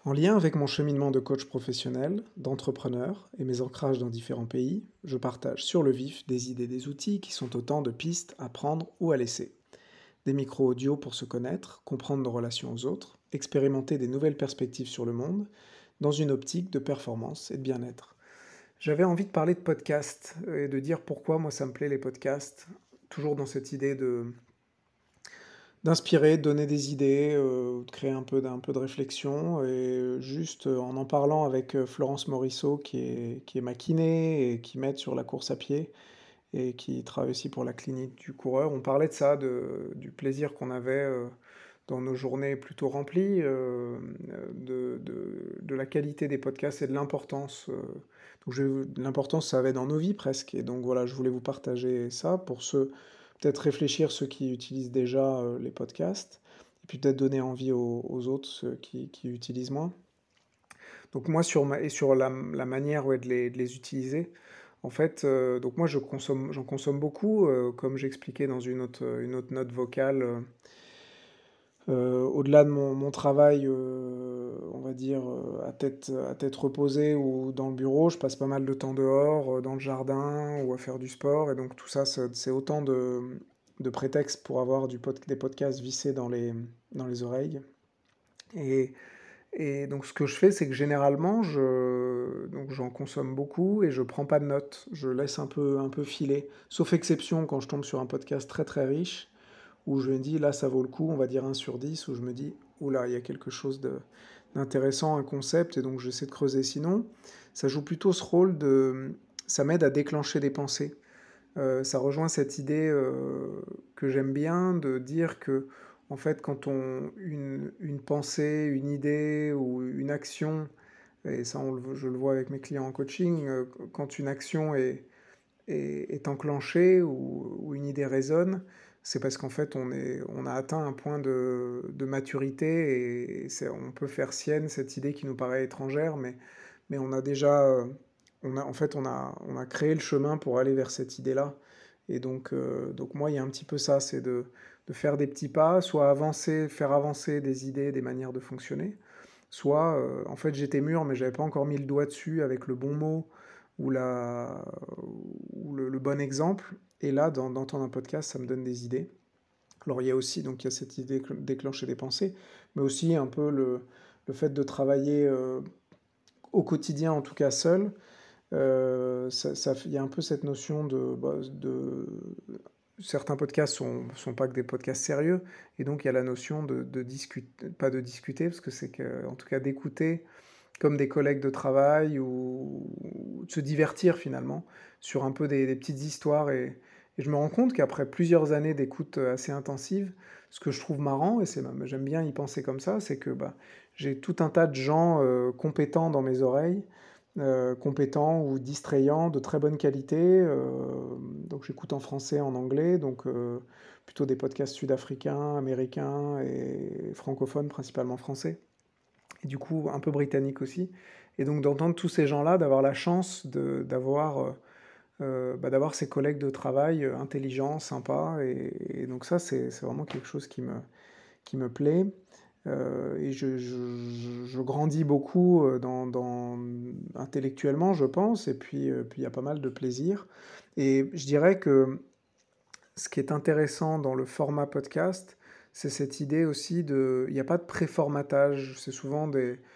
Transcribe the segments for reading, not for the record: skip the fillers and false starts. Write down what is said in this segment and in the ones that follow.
En lien avec mon cheminement de coach professionnel, d'entrepreneur et mes ancrages dans différents pays, je partage sur le vif des idées, des outils qui sont autant de pistes à prendre ou à laisser. Des micros audio pour se connaître, comprendre nos relations aux autres, expérimenter des nouvelles perspectives sur le monde, dans une optique de performance et de bien-être. J'avais envie de parler de podcasts et de dire pourquoi moi ça me plaît les podcasts, toujours dans cette idée d'inspirer, de donner des idées, de créer un peu de réflexion. Et juste en parlant avec Florence Morisseau, qui est ma kiné et qui m'aide sur la course à pied et qui travaille aussi pour la clinique du coureur, on parlait de ça, du plaisir qu'on avait dans nos journées plutôt remplies, de la qualité des podcasts et de l'importance. L'importance, ça avait dans nos vies presque. Et donc voilà, je voulais vous partager ça pour ceux, peut-être réfléchir ceux qui utilisent déjà les podcasts, et puis peut-être donner envie aux autres, ceux qui utilisent moins. Donc moi, sur la manière ouais, de les utiliser, en fait, donc moi j'en consomme beaucoup, comme j'expliquais dans une autre note vocale. Au-delà de mon travail, on va dire, à tête reposée ou dans le bureau, je passe pas mal de temps dehors, dans le jardin ou à faire du sport. Et donc tout ça, c'est autant de prétextes pour avoir des podcasts vissés dans les oreilles. Et, et donc ce que je fais, c'est que généralement, donc j'en consomme beaucoup et je prends pas de notes. Je laisse un peu filer. Sauf exception quand je tombe sur un podcast très très riche où je me dis là ça vaut le coup, on va dire 1/10, où je me dis oula, il y a quelque chose d'intéressant, un concept, et donc j'essaie de creuser. Sinon, ça joue plutôt ce rôle ça m'aide à déclencher des pensées. Ça rejoint cette idée que j'aime bien de dire que en fait quand une pensée, une idée ou une action, et ça je le vois avec mes clients en coaching, quand une action est enclenché ou une idée résonne, c'est parce qu'en fait on a atteint un point de maturité, et on peut faire sienne cette idée qui nous paraît étrangère, mais on a déjà, en fait on a créé le chemin pour aller vers cette idée-là. Et donc moi il y a un petit peu ça, c'est de faire des petits pas, soit avancer, faire avancer des idées, des manières de fonctionner, soit en fait j'étais mûr mais j'avais pas encore mis le doigt dessus avec le bon mot ou, le bon exemple. Et là, d'entendre un podcast, ça me donne des idées. Alors il y a cette idée de déclencher des pensées, mais aussi un peu le fait de travailler au quotidien, en tout cas seul. Il y a un peu cette notion certains podcasts sont pas que des podcasts sérieux, et donc il y a la notion de discuter, pas de discuter, parce que c'est que, en tout cas d'écouter comme des collègues de travail, ou de se divertir finalement sur un peu des petites histoires. Et je me rends compte qu'après plusieurs années d'écoute assez intensive, ce que je trouve marrant, et j'aime bien y penser comme ça, c'est que bah, j'ai tout un tas de gens compétents dans mes oreilles, compétents ou distrayants, de très bonne qualité. Donc j'écoute en français, en anglais, donc plutôt des podcasts sud-africains, américains et francophones, principalement français, et du coup un peu britannique aussi. Et donc d'entendre tous ces gens-là, d'avoir la chance d'avoir ces collègues de travail intelligents, sympas. Et donc ça, c'est vraiment quelque chose qui me plaît. Et je grandis beaucoup intellectuellement, je pense, et puis il y a pas mal de plaisir. Et je dirais que ce qui est intéressant dans le format podcast, c'est cette idée aussi il n'y a pas de préformatage. C'est souvent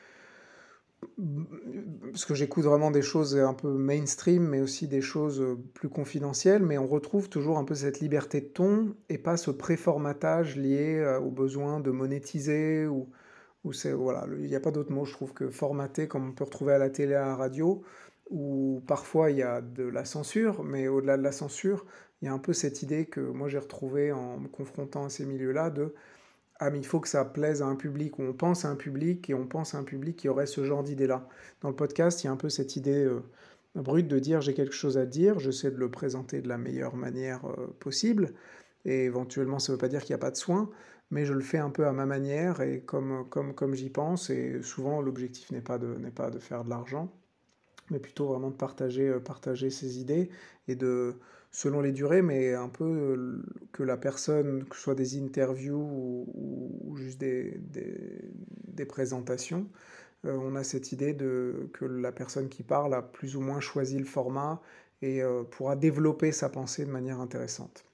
parce que j'écoute vraiment des choses un peu mainstream, mais aussi des choses plus confidentielles, mais on retrouve toujours un peu cette liberté de ton et pas ce préformatage lié au besoin de monétiser, ou voilà, il n'y a pas d'autre mot, je trouve, que formaté, comme on peut retrouver à la télé, à la radio, où parfois il y a de la censure, mais au-delà de la censure, il y a un peu cette idée que moi j'ai retrouvée en me confrontant à ces milieux-là, ah, mais il faut que ça plaise à un public, ou on pense à un public, et on pense à un public qui aurait ce genre d'idée-là. Dans le podcast, il y a un peu cette idée brute de dire j'ai quelque chose à dire, j'essaie de le présenter de la meilleure manière possible, et éventuellement ça ne veut pas dire qu'il n'y a pas de soin, mais je le fais un peu à ma manière et comme j'y pense, et souvent l'objectif n'est pas de faire de l'argent, mais plutôt vraiment de partager ses idées, et selon les durées, mais un peu que la personne, que ce soit des interviews ou juste des présentations, on a cette idée de que la personne qui parle a plus ou moins choisi le format et pourra développer sa pensée de manière intéressante.